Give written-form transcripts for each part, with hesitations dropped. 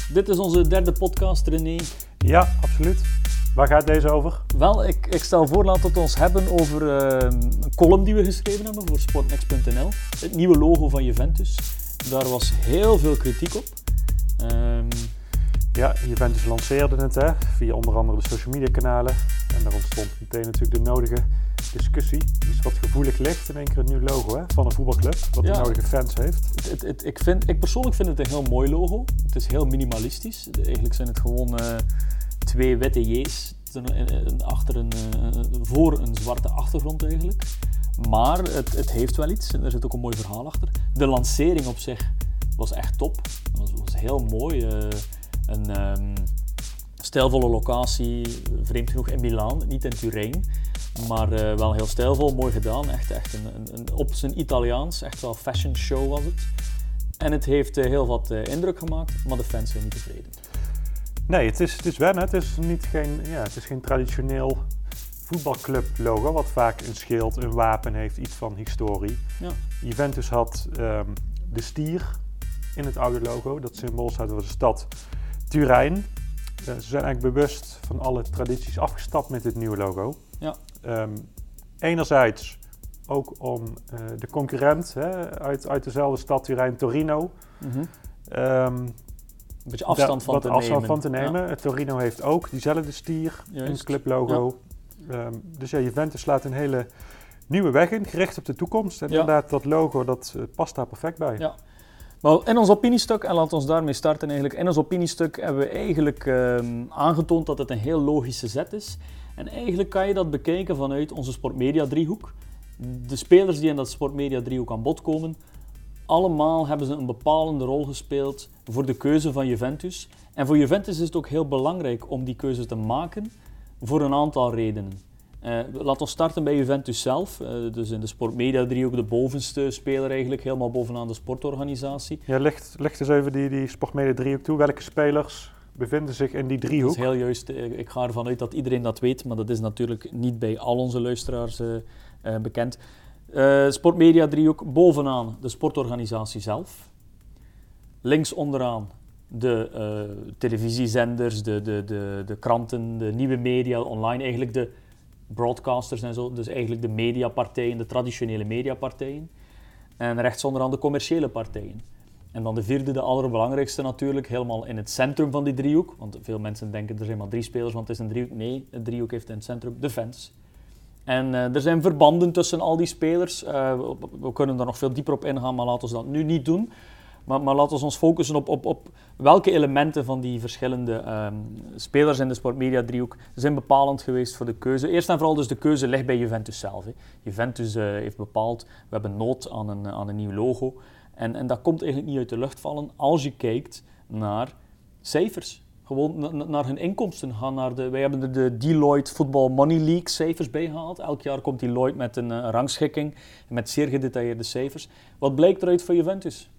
Dit is onze derde podcast, René. Ja, absoluut. Waar gaat deze over? Wel, ik stel voor, laten we het ons hebben over een column die we geschreven hebben voor Sportnext.nl. Het nieuwe logo van Juventus. Daar was heel veel kritiek op. Ja, Juventus lanceerde het via onder andere de social media kanalen. En daar ontstond meteen natuurlijk de nodige discussie. Iets wat gevoelig ligt, in één keer een nieuw logo van een voetbalclub, wat de nodige fans heeft. Ik persoonlijk vind het een heel mooi logo. Het is heel minimalistisch. Eigenlijk zijn het gewoon twee witte J's voor een zwarte achtergrond eigenlijk. Maar het heeft wel iets en er zit ook een mooi verhaal achter. De lancering op zich was echt top. Het was heel mooi. Een stijlvolle locatie, vreemd genoeg in Milaan, niet in Turijn. Maar wel heel stijlvol, mooi gedaan. Echt een op zijn Italiaans, echt wel fashion show was het. En het heeft heel wat indruk gemaakt, maar de fans zijn niet tevreden. Nee, het is wennen. Het is geen traditioneel voetbalclub logo, wat vaak een schild, een wapen heeft, iets van historie. Ja. Juventus had de stier in het oude logo, dat symbool staat voor de stad Turijn. Ze zijn eigenlijk bewust van alle tradities afgestapt met dit nieuwe logo. Ja. Enerzijds ook om de concurrent uit dezelfde stad Turijn, Torino. Mm-hmm. Een beetje afstand van te nemen. Ja. Torino heeft ook diezelfde stier in het clublogo. Ja. Dus ja, Juventus slaat een hele nieuwe weg in, gericht op de toekomst. En inderdaad, dat logo dat past daar perfect bij. Ja. Maar in ons opiniestuk, en laten we ons daarmee starten eigenlijk, in ons opiniestuk hebben we eigenlijk aangetoond dat het een heel logische zet is. En eigenlijk kan je dat bekijken vanuit onze sportmedia-driehoek. De spelers die in dat sportmedia-driehoek aan bod komen, allemaal hebben ze een bepalende rol gespeeld voor de keuze van Juventus. En voor Juventus is het ook heel belangrijk om die keuze te maken voor een aantal redenen. Laten we starten bij Juventus zelf. Dus in de sportmedia-driehoek de bovenste speler eigenlijk, helemaal bovenaan de sportorganisatie. Ja, leg eens even die sportmedia-driehoek toe. Welke spelers bevinden zich in die driehoek? Dat is heel juist. Ik ga ervan uit dat iedereen dat weet, maar dat is natuurlijk niet bij al onze luisteraars bekend. Sportmedia-driehoek, bovenaan de sportorganisatie zelf. Links onderaan de televisiezenders, de kranten, de nieuwe media, online, eigenlijk de broadcasters en zo. Dus eigenlijk de mediapartijen, de traditionele mediapartijen. En rechts onderaan de commerciële partijen. En dan de vierde, de allerbelangrijkste natuurlijk, helemaal in het centrum van die driehoek. Want veel mensen denken er zijn maar 3 spelers, want het is een driehoek. Nee, een driehoek heeft in het centrum de fans. En er zijn verbanden tussen al die spelers. We kunnen daar nog veel dieper op ingaan, maar laten we dat nu niet doen. Maar laten we ons focussen op welke elementen van die verschillende spelers in de sportmedia-driehoek zijn bepalend geweest voor de keuze. Eerst en vooral dus de keuze ligt bij Juventus zelf. Juventus heeft bepaald, we hebben nood aan een nieuw logo. En dat komt eigenlijk niet uit de lucht vallen als je kijkt naar cijfers. Gewoon naar hun inkomsten. Wij hebben de Deloitte Football Money League cijfers bijgehaald. Elk jaar komt Deloitte met een rangschikking met zeer gedetailleerde cijfers. Wat blijkt eruit voor Juventus?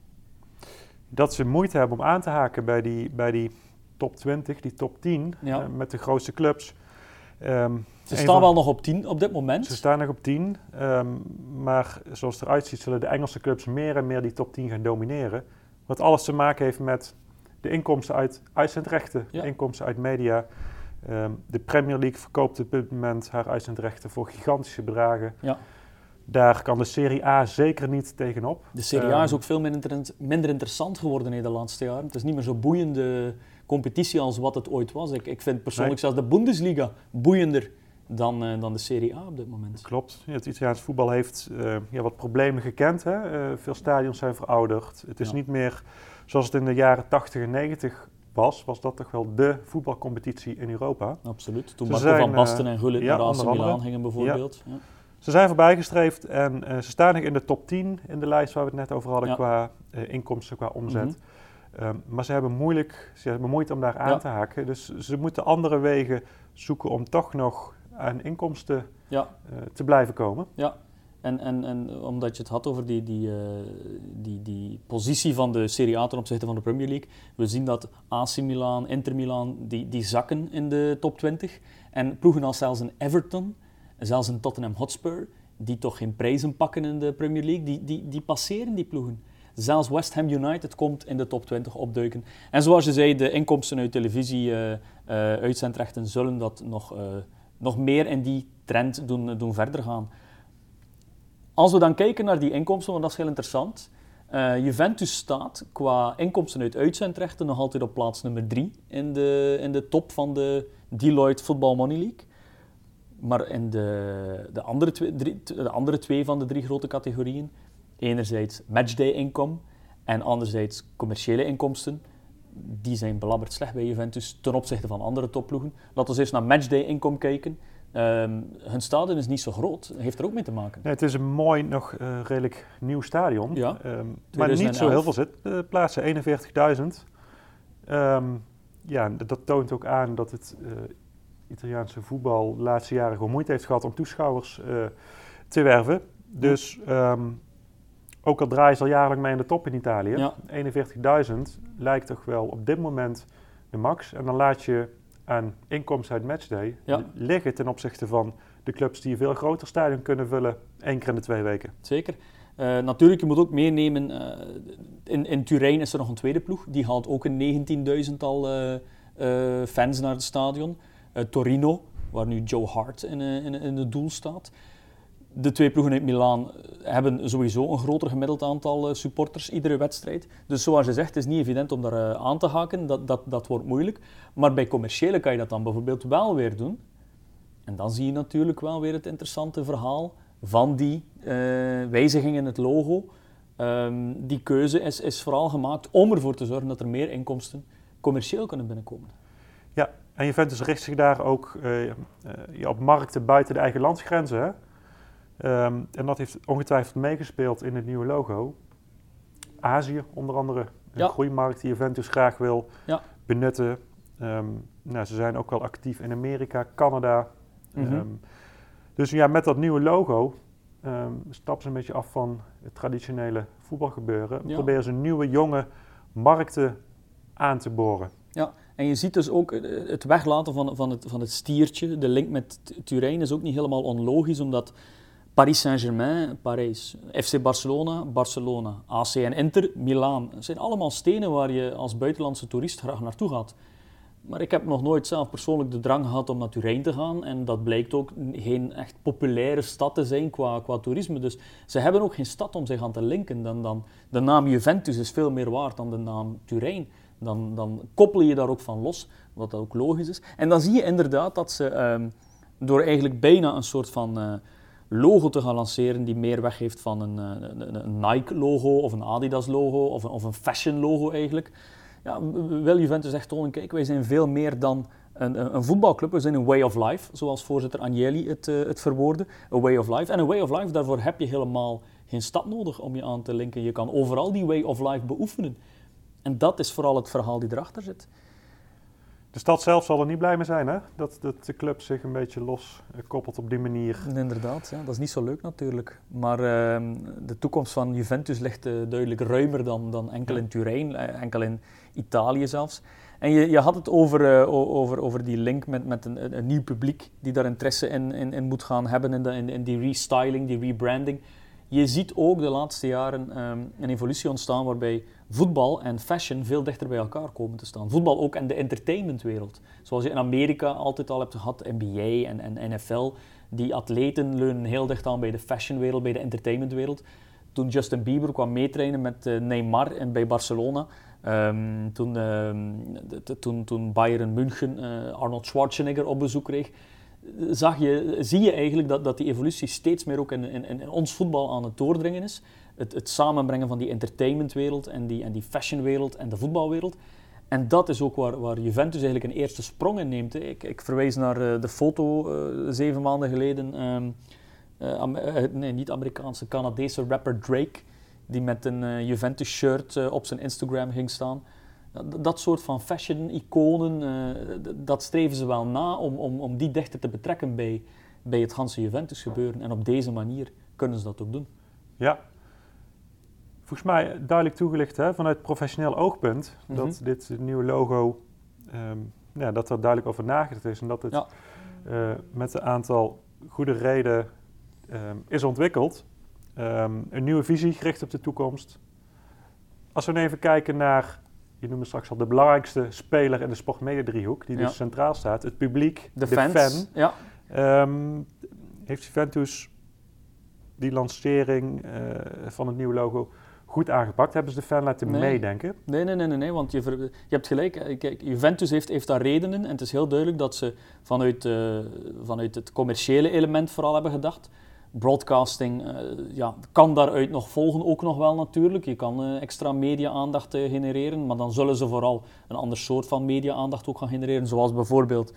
Dat ze moeite hebben om aan te haken bij die top 20, die top 10, met de grootste clubs. Ze staan wel nog op 10 op dit moment. Ze staan nog op 10, maar zoals het eruit ziet zullen de Engelse clubs meer en meer die top 10 gaan domineren. Wat alles te maken heeft met de inkomsten uit uitzendrechten, de inkomsten uit media. De Premier League verkoopt op dit moment haar uitzendrechten voor gigantische bedragen. Ja. Daar kan de Serie A zeker niet tegenop. De Serie A is ook veel minder interessant geworden in de laatste jaren. Het is niet meer zo boeiende competitie als wat het ooit was. Ik vind persoonlijk zelfs de Bundesliga boeiender dan de Serie A op dit moment. Klopt. Ja, het Italiaans voetbal heeft wat problemen gekend. Veel stadions zijn verouderd. Het is niet meer zoals het in de jaren 80 en 90 was dat toch wel de voetbalcompetitie in Europa. Absoluut. Toen Marco van Basten en Gullit naar AC Milan gingen bijvoorbeeld. Ja. Ja. Ze zijn voorbijgestreefd en ze staan nog in de top 10 in de lijst waar we het net over hadden qua inkomsten, qua omzet. Mm-hmm. Maar ze hebben moeite om daar aan te haken. Dus ze moeten andere wegen zoeken om toch nog aan inkomsten te blijven komen. Ja, en omdat je het had over die positie van de Serie A ten opzichte van de Premier League. We zien dat AC Milan, Inter Milan, die zakken in de top 20. En ploegen als zelfs een Everton, zelfs een Tottenham Hotspur, die toch geen prijzen pakken in de Premier League, die passeren die ploegen. Zelfs West Ham United komt in de top 20 opduiken. En zoals je zei, de inkomsten uit televisie-uitzendrechten zullen dat nog meer in die trend doen verder gaan. Als we dan kijken naar die inkomsten, want dat is heel interessant. Juventus staat qua inkomsten uit uitzendrechten nog altijd op plaats nummer 3 in de top van de Deloitte Football Money League. Maar in de andere twee van de 3 grote categorieën, enerzijds matchday-inkom en anderzijds commerciële inkomsten, die zijn belabberd slecht bij Juventus ten opzichte van andere topploegen. Laten we eerst naar matchday-inkom kijken. Hun stadion is niet zo groot, dat heeft er ook mee te maken. Nee, het is een mooi, nog redelijk nieuw stadion, ja, maar niet zo heel veel plaatsen, 41.000. Ja, dat toont ook aan dat het Italiaanse voetbal de laatste jaren gewoon moeite heeft gehad om toeschouwers te werven. Dus ook al draaien ze al jarenlang mee in de top in Italië, 41.000 lijkt toch wel op dit moment de max. En dan laat je aan inkomsten uit matchday liggen ten opzichte van de clubs die een veel groter stadion kunnen vullen 1 keer in de 2 weken. Zeker. Natuurlijk, je moet ook meenemen, in Turijn is er nog een tweede ploeg. Die haalt ook een 19.000-tal fans naar het stadion. Torino, waar nu Joe Hart in het doel staat. De 2 ploegen uit Milaan hebben sowieso een groter gemiddeld aantal supporters iedere wedstrijd. Dus zoals je zegt, het is niet evident om daar aan te haken. Dat wordt moeilijk. Maar bij commerciële kan je dat dan bijvoorbeeld wel weer doen. En dan zie je natuurlijk wel weer het interessante verhaal van die wijziging in het logo. Die keuze is vooral gemaakt om ervoor te zorgen dat er meer inkomsten commercieel kunnen binnenkomen. Ja, en Juventus richt zich daar ook op markten buiten de eigen landsgrenzen. Hè? En dat heeft ongetwijfeld meegespeeld in het nieuwe logo. Azië onder andere, een groeimarkt die Juventus graag wil benutten. Ze zijn ook wel actief in Amerika, Canada. Dus ja, met dat nieuwe logo stappen ze een beetje af van het traditionele voetbalgebeuren. Ja. Proberen ze nieuwe, jonge markten aan te boren. Ja, en je ziet dus ook het weglaten van het stiertje. De link met Turijn is ook niet helemaal onlogisch, omdat Paris Saint-Germain, Parijs, FC Barcelona, Barcelona, AC en Inter, Milaan. Dat zijn allemaal stenen waar je als buitenlandse toerist graag naartoe gaat. Maar ik heb nog nooit zelf persoonlijk de drang gehad om naar Turijn te gaan. En dat blijkt ook geen echt populaire stad te zijn qua toerisme. Dus ze hebben ook geen stad om zich aan te linken. Dan de naam Juventus is veel meer waard dan de naam Turijn. Dan koppel je daar ook van los, wat ook logisch is. En dan zie je inderdaad dat ze door eigenlijk bijna een soort van logo te gaan lanceren die meer weggeeft van een Nike-logo of een Adidas-logo of een fashion-logo eigenlijk. Ja, wil Juventus echt tonen, kijk, wij zijn veel meer dan een voetbalclub. We zijn een way of life, zoals voorzitter Agnelli het verwoordde. A way of life. En een way of life, daarvoor heb je helemaal geen stad nodig om je aan te linken. Je kan overal die way of life beoefenen. En dat is vooral het verhaal die erachter zit. De stad zelf zal er niet blij mee zijn, hè? Dat de club zich een beetje los koppelt op die manier. Inderdaad, ja. Dat is niet zo leuk natuurlijk. Maar de toekomst van Juventus ligt duidelijk ruimer dan enkel in Turijn, enkel in Italië zelfs. En je had het over die link met een nieuw publiek die daar interesse in moet gaan hebben in die restyling, die rebranding. Je ziet ook de laatste jaren een evolutie ontstaan waarbij voetbal en fashion veel dichter bij elkaar komen te staan. Voetbal ook en de entertainmentwereld. Zoals je in Amerika altijd al hebt gehad, NBA en NFL. Die atleten leunen heel dicht aan bij de fashionwereld, bij de entertainmentwereld. Toen Justin Bieber kwam meetrainen met Neymar en bij Barcelona. Toen Bayern München Arnold Schwarzenegger op bezoek kreeg. Zie je eigenlijk dat die evolutie steeds meer ook in ons voetbal aan het doordringen is. Het samenbrengen van die entertainmentwereld en die fashionwereld en de voetbalwereld. En dat is ook waar Juventus eigenlijk een eerste sprong in neemt. Ik verwijs naar de foto 7 maanden geleden. Niet Amerikaanse, Canadese rapper Drake, die met een Juventus-shirt op zijn Instagram ging staan. Dat soort van fashion-iconen, dat streven ze wel na om die dichter te betrekken bij het ganse Juventus-gebeuren. En op deze manier kunnen ze dat ook doen. Ja. Volgens mij duidelijk toegelicht, hè, vanuit professioneel oogpunt, dat dit nieuwe logo, dat er duidelijk over nagedacht is. En dat het met een aantal goede redenen is ontwikkeld. Een nieuwe visie gericht op de toekomst. Als we nu even kijken naar, je noemde straks al de belangrijkste speler in de sportmedia-driehoek, die dus centraal staat, het publiek, de fans. fan. Ja. Heeft Juventus die lancering van het nieuwe logo goed aangepakt? Hebben ze de fan laten meedenken? Nee, want je hebt gelijk. Kijk, Juventus heeft daar redenen en het is heel duidelijk dat ze vanuit het commerciële element vooral hebben gedacht. Broadcasting kan daaruit nog volgen, ook nog wel natuurlijk. Je kan extra media-aandacht genereren, maar dan zullen ze vooral een ander soort van media-aandacht ook gaan genereren, zoals bijvoorbeeld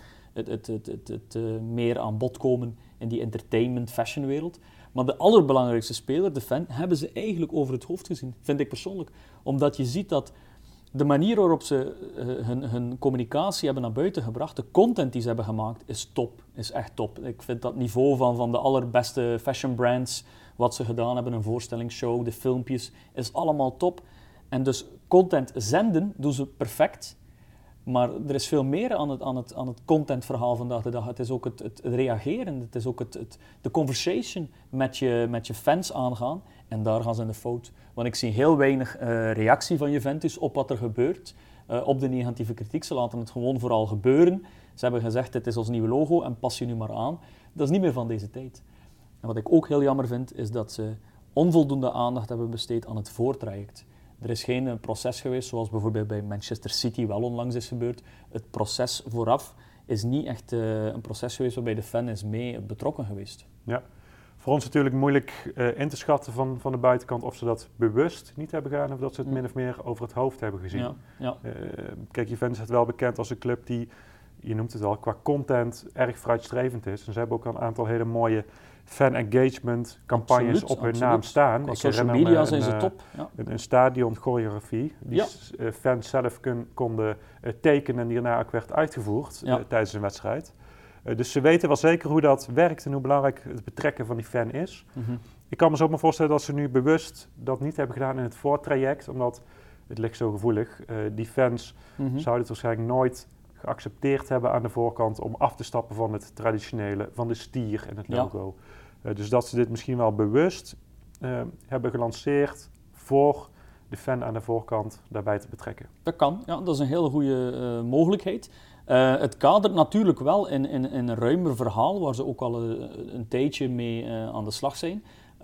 het meer aan bod komen in die entertainment-fashion-wereld. Maar de allerbelangrijkste speler, de fan, hebben ze eigenlijk over het hoofd gezien, vind ik persoonlijk. Omdat je ziet dat de manier waarop ze hun communicatie hebben naar buiten gebracht, de content die ze hebben gemaakt, is top. Is echt top. Ik vind dat niveau van de allerbeste fashion brands, wat ze gedaan hebben, een voorstellingsshow, de filmpjes, is allemaal top. En dus content zenden doen ze perfect. Maar er is veel meer aan het contentverhaal vandaag de dag. Het is ook het reageren, het is ook de conversation met je fans aangaan. En daar gaan ze in de fout. Want ik zie heel weinig reactie van Juventus op wat er gebeurt. Op de negatieve kritiek. Ze laten het gewoon vooral gebeuren. Ze hebben gezegd, dit is ons nieuwe logo en pas je nu maar aan. Dat is niet meer van deze tijd. En wat ik ook heel jammer vind, is dat ze onvoldoende aandacht hebben besteed aan het voortraject. Er is geen proces geweest, zoals bijvoorbeeld bij Manchester City wel onlangs is gebeurd. Het proces vooraf is niet echt een proces geweest waarbij de fan is mee betrokken geweest. Ja, voor ons natuurlijk moeilijk in te schatten van de buitenkant of ze dat bewust niet hebben gedaan of dat ze het min of meer over het hoofd hebben gezien. Ja. Kijk, Juventus is wel bekend als een club die, je noemt het al, qua content erg vooruitstrevend is. En ze hebben ook al een aantal hele mooie fan-engagement campagnes op hun naam staan. Qua social media zijn ze top. Ja. Een stadion-choreografie die fans zelf konden tekenen en die daarna ook werd uitgevoerd tijdens een wedstrijd. Dus ze weten wel zeker hoe dat werkt en hoe belangrijk het betrekken van die fan is. Mm-hmm. Ik kan me zo maar voorstellen dat ze nu bewust dat niet hebben gedaan in het voortraject, omdat het ligt zo gevoelig. Die fans zouden het waarschijnlijk nooit geaccepteerd hebben aan de voorkant om af te stappen van het traditionele, van de stier en het logo. Dus dat ze dit misschien wel bewust hebben gelanceerd voor de fan aan de voorkant daarbij te betrekken. Dat kan, ja, dat is een hele goede mogelijkheid. Het kadert natuurlijk wel in een ruimer verhaal, waar ze ook al een tijdje mee aan de slag zijn.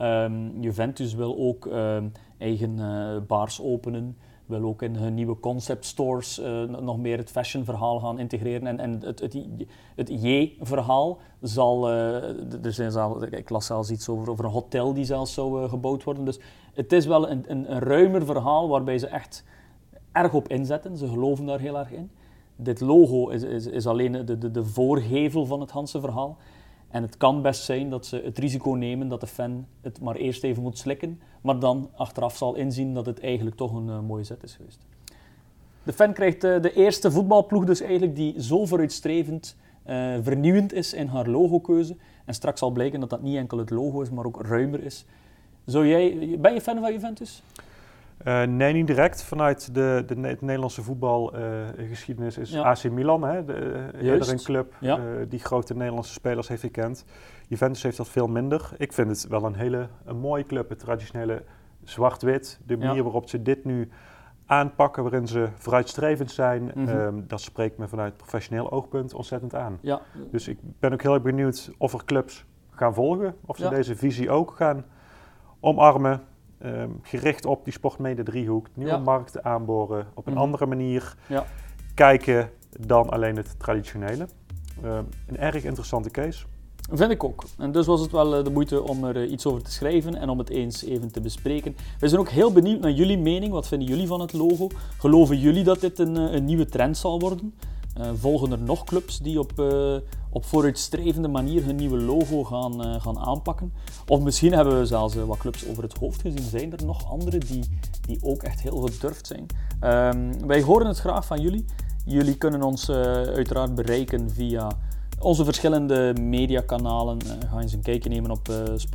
Juventus wil ook eigen bars openen, wil ook in hun nieuwe concept stores nog meer het fashion verhaal gaan integreren. En het J-verhaal zal, ik las zelfs iets over een hotel die zelfs zou gebouwd worden. Dus het is wel een ruimer verhaal waarbij ze echt erg op inzetten. Ze geloven daar heel erg in. Dit logo is alleen de voorgevel van het hele verhaal. En het kan best zijn dat ze het risico nemen dat de fan het maar eerst even moet slikken, maar dan achteraf zal inzien dat het eigenlijk toch een mooie zet is geweest. De fan krijgt de eerste voetbalploeg dus eigenlijk die zo vooruitstrevend, vernieuwend is in haar logokeuze. En straks zal blijken dat dat niet enkel het logo is, maar ook ruimer is. Ben je fan van Juventus? Nee, niet direct. Vanuit de Nederlandse voetbalgeschiedenis is AC Milan eerder een club die grote Nederlandse spelers heeft gekend. Juventus heeft dat veel minder. Ik vind het wel een mooie club, het traditionele zwart-wit. De manier waarop ze dit nu aanpakken, waarin ze vooruitstrevend zijn, dat spreekt me vanuit professioneel oogpunt ontzettend aan. Ja. Dus ik ben ook heel erg benieuwd of er clubs gaan volgen, of ze deze visie ook gaan omarmen. Gericht op die sportmedia-driehoek, nieuwe markten aanboren, op een andere manier kijken dan alleen het traditionele. Een erg interessante case. Vind ik ook. En dus was het wel de moeite om er iets over te schrijven en om het eens even te bespreken. We zijn ook heel benieuwd naar jullie mening. Wat vinden jullie van het logo? Geloven jullie dat dit een nieuwe trend zal worden? Volgen er nog clubs die op vooruitstrevende manier hun nieuwe logo gaan aanpakken? Of misschien hebben we zelfs wat clubs over het hoofd gezien. Zijn er nog andere die ook echt heel gedurfd zijn? Wij horen het graag van jullie. Jullie kunnen ons uiteraard bereiken via onze verschillende mediakanalen. Ga eens een kijkje nemen op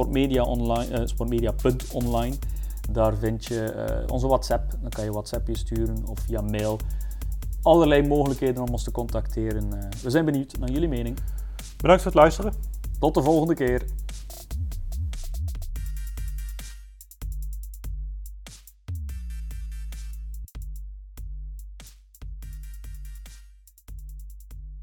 sportmedia.online. Daar vind je onze WhatsApp. Dan kan je WhatsAppje sturen of via mail. Allerlei mogelijkheden om ons te contacteren. We zijn benieuwd naar jullie mening. Bedankt voor het luisteren. Tot de volgende keer.